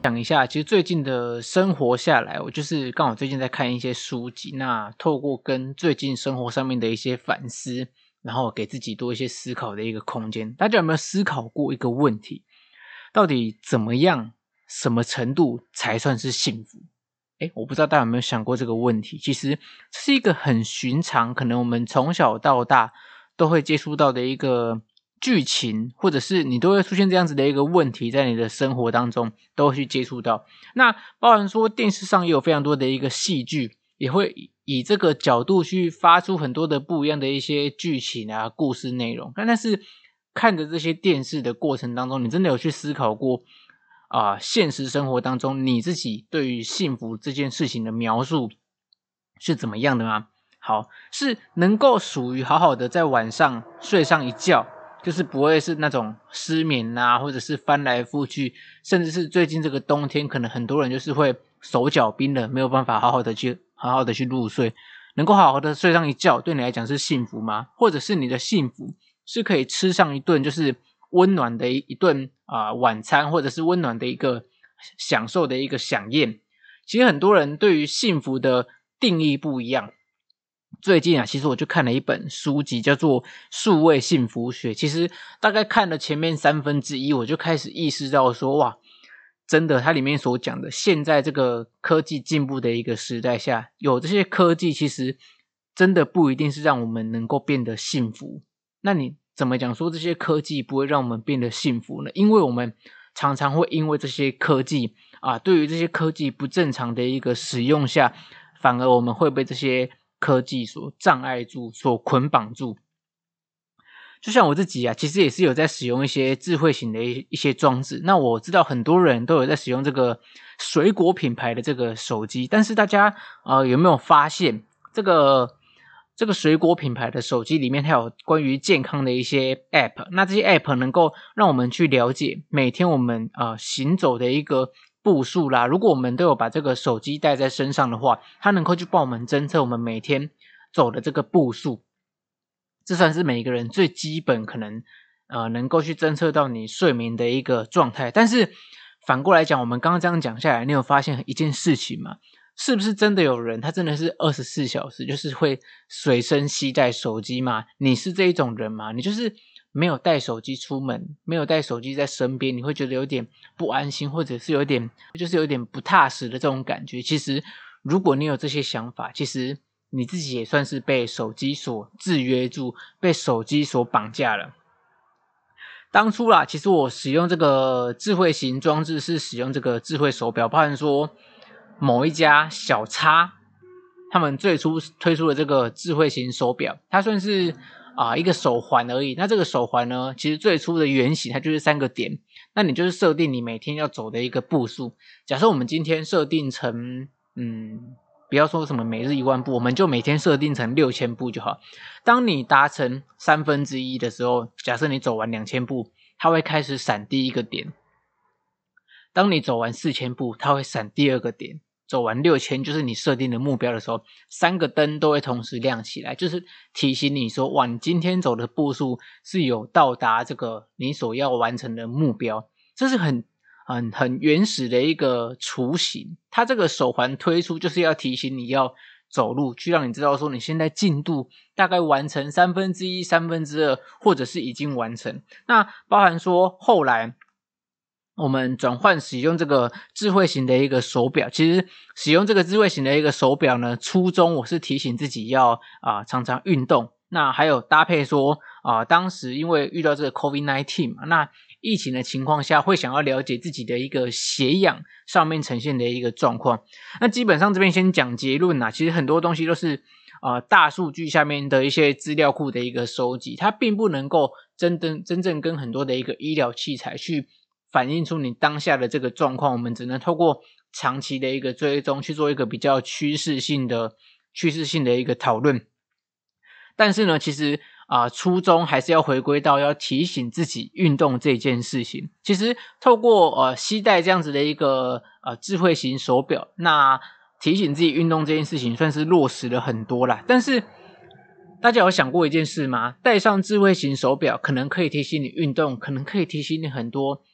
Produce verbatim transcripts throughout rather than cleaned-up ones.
享一下，其实最近的生活下来，我就是刚好最近在看一些书籍，那透过跟最近生活上面的一些反思，然后给自己多一些思考的一个空间。大家有没有思考过一个问题？到底怎么样、什么程度才算是幸福？诶，我不知道大家有没有想过这个问题。其实这是一个很寻常，可能我们从小到大都会接触到的一个剧情，或者是你都会出现这样子的一个问题，在你的生活当中都会去接触到。那包含说电视上也有非常多的一个戏剧，也会以这个角度去发出很多的不一样的一些剧情啊、故事内容。但是看着这些电视的过程当中，你真的有去思考过啊、呃，现实生活当中你自己对于幸福这件事情的描述是怎么样的吗？好，是能够属于好好的在晚上睡上一觉，就是不会是那种失眠啊，或者是翻来覆去，甚至是最近这个冬天，可能很多人就是会手脚冰冷，没有办法好好的去好好的去入睡。能够好好的睡上一觉，对你来讲是幸福吗？或者是你的幸福是可以吃上一顿就是温暖的一顿啊、呃、晚餐，或者是温暖的一个享受的一个飨宴？其实很多人对于幸福的定义不一样。最近啊，其实我就看了一本书籍，叫做《数位幸福学》。其实大概看了前面三分之一，我就开始意识到说，哇，真的，它里面所讲的，现在这个科技进步的一个时代下，有这些科技，其实真的不一定是让我们能够变得幸福。那你怎么讲说这些科技不会让我们变得幸福呢？因为我们常常会因为这些科技啊，对于这些科技不正常的一个使用下，反而我们会被这些科技所障碍住、所捆绑住。就像我自己啊，其实也是有在使用一些智慧型的一一些装置。那我知道很多人都有在使用这个水果品牌的这个手机，但是大家呃有没有发现这个这个水果品牌的手机里面它有关于健康的一些 App？ 那这些 App 能够让我们去了解每天我们呃行走的一个步数啦。如果我们都有把这个手机带在身上的话，它能够去帮我们侦测我们每天走的这个步数。这算是每一个人最基本可能呃能够去侦测到你睡眠的一个状态。但是反过来讲，我们刚刚这样讲下来，你有发现一件事情吗？是不是真的有人他真的是二十四小时就是会随身携带手机吗？你是这一种人吗？你就是没有带手机出门，没有带手机在身边，你会觉得有点不安心，或者是有点就是有点不踏实的这种感觉。其实如果你有这些想法，其实你自己也算是被手机所制约住，被手机所绑架了。当初啦，其实我使用这个智慧型装置是使用这个智慧手表，包含说某一家小叉，他们最初推出的这个智慧型手表，它算是啊、呃、一个手环而已。那这个手环呢，其实最初的原型它就是三个点，那你就是设定你每天要走的一个步数。假设我们今天设定成嗯。不要说什么每日一万步，我们就每天设定成六千步就好。当你达成三分之一的时候，假设你走完两千步，它会开始闪第一个点。当你走完四千步，它会闪第二个点。走完六千就是你设定的目标的时候，三个灯都会同时亮起来，就是提醒你说，哇，你今天走的步数是有到达这个你所要完成的目标。这是很很很原始的一个雏形，它这个手环推出就是要提醒你要走路，去让你知道说你现在进度大概完成三分之一、三分之二，或者是已经完成。那包含说后来我们转换使用这个智慧型的一个手表，其实使用这个智慧型的一个手表呢，初衷我是提醒自己要啊、呃、常常运动。那还有搭配说啊、呃，当时因为遇到这个 COVID 十九 嘛，那疫情的情况下会想要了解自己的一个血氧上面呈现的一个状况。那基本上这边先讲结论啦，其实很多东西都是呃大数据下面的一些资料库的一个收集，它并不能够真正真正跟很多的一个医疗器材去反映出你当下的这个状况，我们只能透过长期的一个追踪去做一个比较趋势性的趋势性的一个讨论。但是呢，其实啊、呃，初衷还是要回归到要提醒自己运动这件事情。其实透过呃携带这样子的一个呃智慧型手表，那提醒自己运动这件事情算是落实了很多啦。但是大家有想过一件事吗？戴上智慧型手表可能可以提醒你运动，可能可以提醒你很多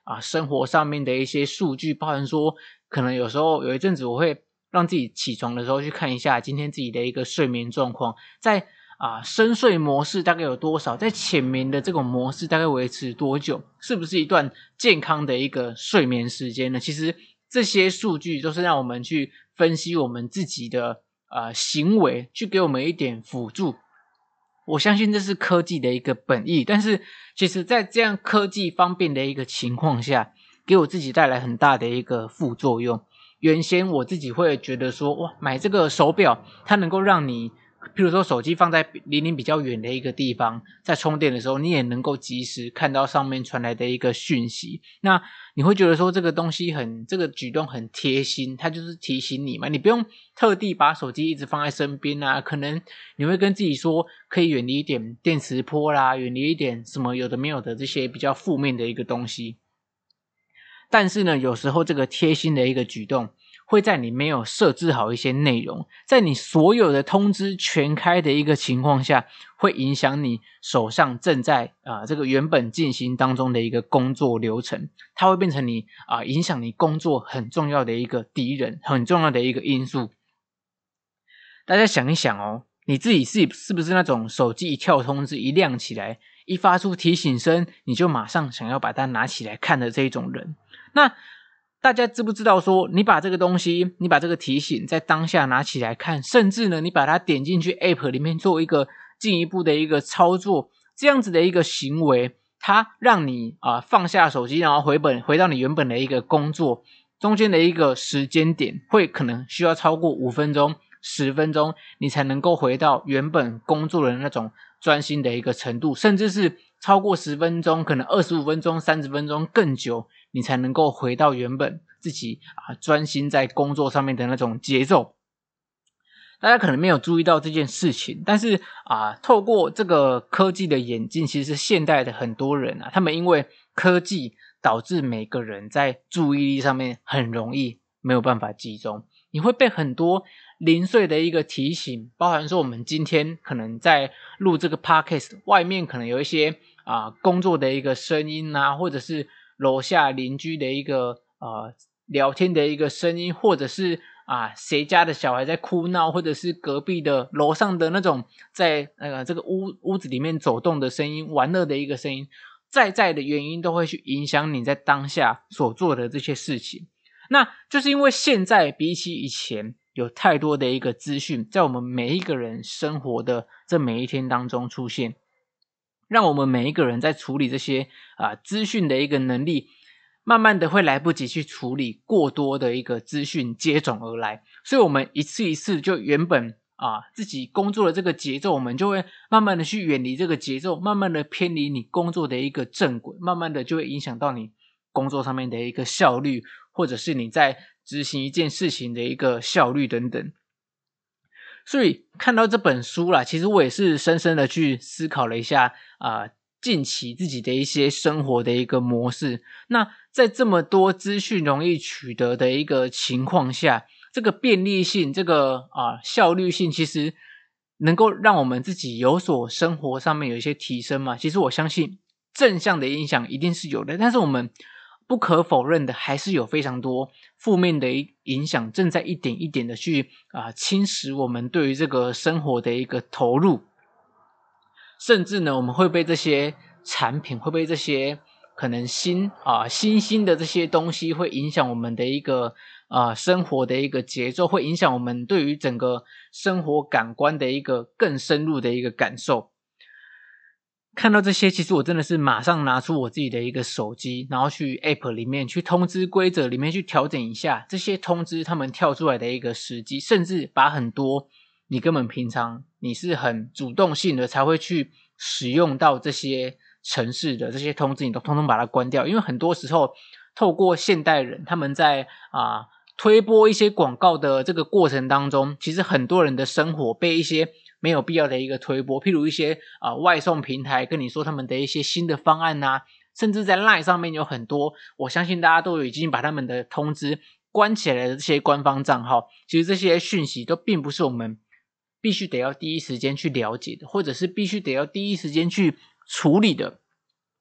啊生活上面的一些数据，包含说可能有时候有一阵子我会让自己起床的时候去看一下今天自己的一个睡眠状况，在啊深睡模式大概有多少，在浅眠的这种模式大概维持多久，是不是一段健康的一个睡眠时间呢？其实这些数据都是让我们去分析我们自己的呃行为，去给我们一点辅助。我相信这是科技的一个本意，但是其实在这样科技方便的一个情况下，给我自己带来很大的一个副作用。原先我自己会觉得说，哇，买这个手表它能够让你譬如说手机放在离你比较远的一个地方，在充电的时候你也能够及时看到上面传来的一个讯息，那你会觉得说这个东西很这个举动很贴心，它就是提醒你嘛，你不用特地把手机一直放在身边啊，可能你会跟自己说可以远离一点电磁波啦，远离一点什么有的没有的这些比较负面的一个东西。但是呢，有时候这个贴心的一个举动会在你没有设置好一些内容，在你所有的通知全开的一个情况下，会影响你手上正在啊、呃、这个原本进行当中的一个工作流程，它会变成你啊、呃、影响你工作很重要的一个敌人，很重要的一个因素。大家想一想哦，你自己是是不是那种手机一跳通知一亮起来，一发出提醒声，你就马上想要把它拿起来看的这一种人？那大家知不知道说，你把这个东西，你把这个提醒在当下拿起来看，甚至呢，你把它点进去 App 里面做一个进一步的一个操作，这样子的一个行为，它让你啊、呃、放下手机，然后回本回到你原本的一个工作，中间的一个时间点，会可能需要超过五分钟、十分钟，你才能够回到原本工作的那种专心的一个程度，甚至是超过十分钟，可能二十五分钟、三十分钟更久，你才能够回到原本自己啊专心在工作上面的那种节奏。大家可能没有注意到这件事情，但是啊，透过这个科技的演进，其实现代的很多人啊，他们因为科技导致每个人在注意力上面很容易没有办法集中，你会被很多零碎的一个提醒，包含说我们今天可能在录这个 podcast， 外面可能有一些啊工作的一个声音啊，或者是楼下邻居的一个呃聊天的一个声音，或者是啊谁家的小孩在哭闹，或者是隔壁的楼上的那种在那个、呃、这个屋屋子里面走动的声音，玩乐的一个声音，在在的原因都会去影响你在当下所做的这些事情。那就是因为现在比起以前有太多的一个资讯在我们每一个人生活的这每一天当中出现，让我们每一个人在处理这些啊资讯的一个能力慢慢的会来不及去处理过多的一个资讯接踵而来，所以我们一次一次就原本啊自己工作的这个节奏，我们就会慢慢的去远离这个节奏，慢慢的偏离你工作的一个正轨，慢慢的就会影响到你工作上面的一个效率，或者是你在执行一件事情的一个效率等等。所以看到这本书啦，其实我也是深深的去思考了一下啊、呃，近期自己的一些生活的一个模式。那在这么多资讯容易取得的一个情况下，这个便利性，这个啊、呃、效率性，其实能够让我们自己有所生活上面有一些提升嘛。其实我相信正向的影响一定是有的，但是我们不可否认的还是有非常多负面的影响正在一点一点的去啊、呃、侵蚀我们对于这个生活的一个投入，甚至呢我们会被这些产品，会被这些可能新啊、呃、新兴的这些东西会影响我们的一个啊、呃、生活的一个节奏，会影响我们对于整个生活感官的一个更深入的一个感受。看到这些，其实我真的是马上拿出我自己的一个手机，然后去 App 里面去通知规则里面去调整一下这些通知他们跳出来的一个时机，甚至把很多你根本平常你是很主动性的才会去使用到这些程式的这些通知，你都通通把它关掉。因为很多时候透过现代人他们在啊、呃、推播一些广告的这个过程当中，其实很多人的生活被一些没有必要的一个推播，譬如一些啊、呃、外送平台跟你说他们的一些新的方案啊，甚至在 LINE 上面有很多，我相信大家都已经把他们的通知关起来的这些官方账号，其实这些讯息都并不是我们必须得要第一时间去了解的，或者是必须得要第一时间去处理的。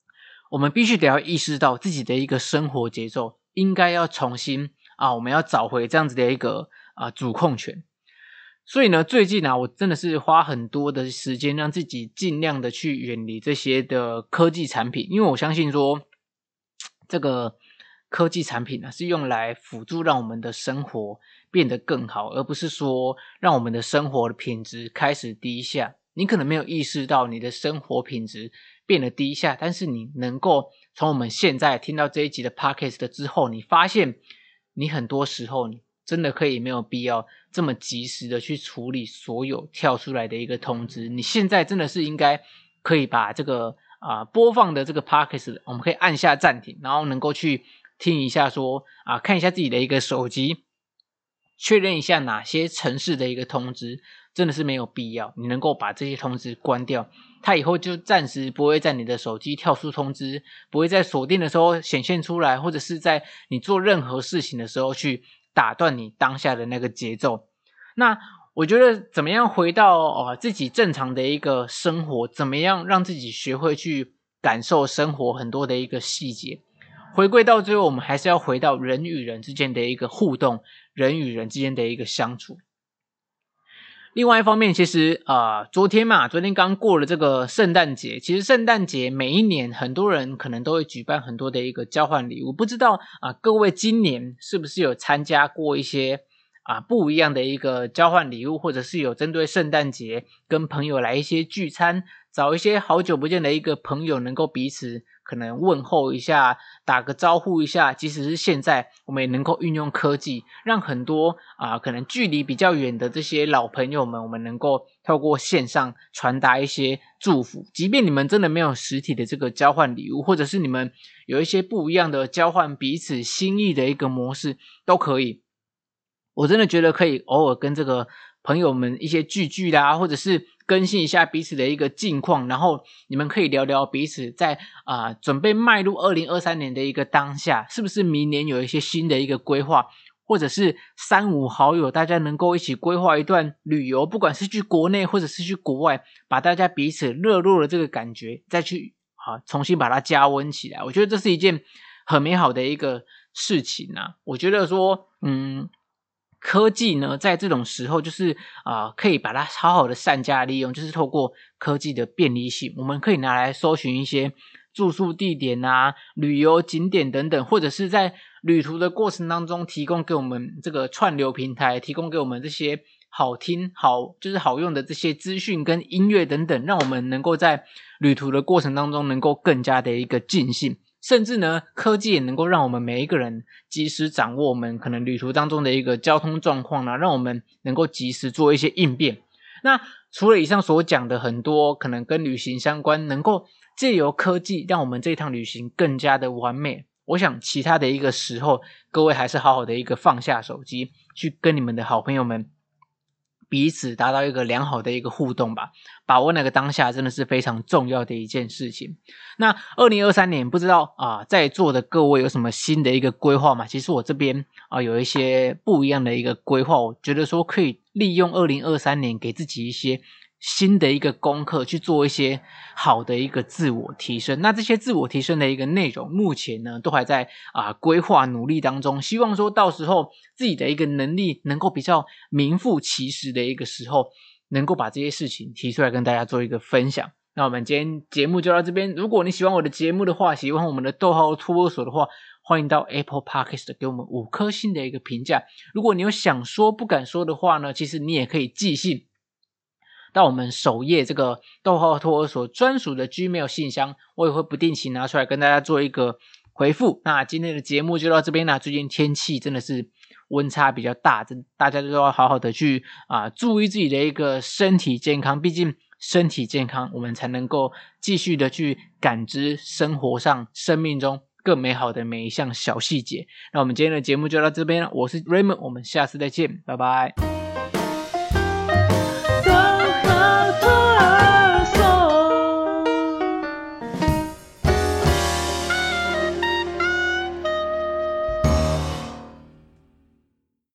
我们必须得要意识到自己的一个生活节奏应该要重新啊，我们要找回这样子的一个啊主控权。所以呢，最近啊，我真的是花很多的时间让自己尽量的去远离这些的科技产品，因为我相信说这个科技产品呢是用来辅助让我们的生活变得更好，而不是说让我们的生活的品质开始低下。你可能没有意识到你的生活品质变得低下，但是你能够从我们现在听到这一集的 podcast 之后，你发现你很多时候你真的可以没有必要这么及时的去处理所有跳出来的一个通知。你现在真的是应该可以把这个啊、呃、播放的这个 podcast 我们可以按下暂停，然后能够去听一下说啊、呃、看一下自己的一个手机，确认一下哪些城市的一个通知真的是没有必要，你能够把这些通知关掉，它以后就暂时不会在你的手机跳出通知，不会在锁定的时候显现出来，或者是在你做任何事情的时候去打断你当下的那个节奏。那我觉得怎么样回到、哦、自己正常的一个生活，怎么样让自己学会去感受生活很多的一个细节，回归到最后我们还是要回到人与人之间的一个互动，人与人之间的一个相处。另外一方面，其实呃，昨天嘛，昨天刚过了这个圣诞节。其实圣诞节每一年很多人可能都会举办很多的一个交换礼物，不知道啊、呃，各位今年是不是有参加过一些啊、呃、不一样的一个交换礼物，或者是有针对圣诞节跟朋友来一些聚餐，找一些好久不见的一个朋友，能够彼此可能问候一下，打个招呼一下。即使是现在我们也能够运用科技，让很多啊、呃、可能距离比较远的这些老朋友们，我们能够透过线上传达一些祝福。即便你们真的没有实体的这个交换礼物，或者是你们有一些不一样的交换彼此心意的一个模式都可以。我真的觉得可以偶尔跟这个朋友们一些聚聚啦，或者是更新一下彼此的一个近况，然后你们可以聊聊彼此在啊、呃、准备迈入二零二三年的一个当下，是不是明年有一些新的一个规划，或者是三五好友大家能够一起规划一段旅游，不管是去国内或者是去国外，把大家彼此热络的这个感觉再去啊重新把它加温起来。我觉得这是一件很美好的一个事情啊。我觉得说嗯科技呢在这种时候就是啊、呃，可以把它好好的善加利用，就是透过科技的便利性，我们可以拿来搜寻一些住宿地点啊、旅游景点等等，或者是在旅途的过程当中提供给我们这个串流平台，提供给我们这些好听好就是好用的这些资讯跟音乐等等，让我们能够在旅途的过程当中能够更加的一个尽兴。甚至呢，科技也能够让我们每一个人及时掌握我们可能旅途当中的一个交通状况啦，让我们能够及时做一些应变。那除了以上所讲的很多可能跟旅行相关，能够借由科技让我们这趟旅行更加的完美，我想其他的一个时候，各位还是好好的一个放下手机，去跟你们的好朋友们彼此达到一个良好的一个互动吧，把握那个当下真的是非常重要的一件事情。那二零二三年不知道啊，在座的各位有什么新的一个规划吗？其实我这边啊有一些不一样的一个规划，我觉得说可以利用二零二三年给自己一些新的一个功课，去做一些好的一个自我提升。那这些自我提升的一个内容，目前呢都还在啊规划努力当中，希望说到时候自己的一个能力能够比较名副其实的一个时候，能够把这些事情提出来跟大家做一个分享。那我们今天节目就到这边，如果你喜欢我的节目的话，喜欢我们的逗号托儿所的话，欢迎到 Apple Podcast 给我们五颗星的一个评价。如果你有想说不敢说的话呢，其实你也可以寄信到我们首页这个逗号托儿所专属的 Gmail 信箱，我也会不定期拿出来跟大家做一个回复。那今天的节目就到这边啦，最近天气真的是温差比较大，大家都要好好的去啊注意自己的一个身体健康，毕竟身体健康我们才能够继续的去感知生活上生命中更美好的每一项小细节。那我们今天的节目就到这边了，我是 Raymond， 我们下次再见，拜拜。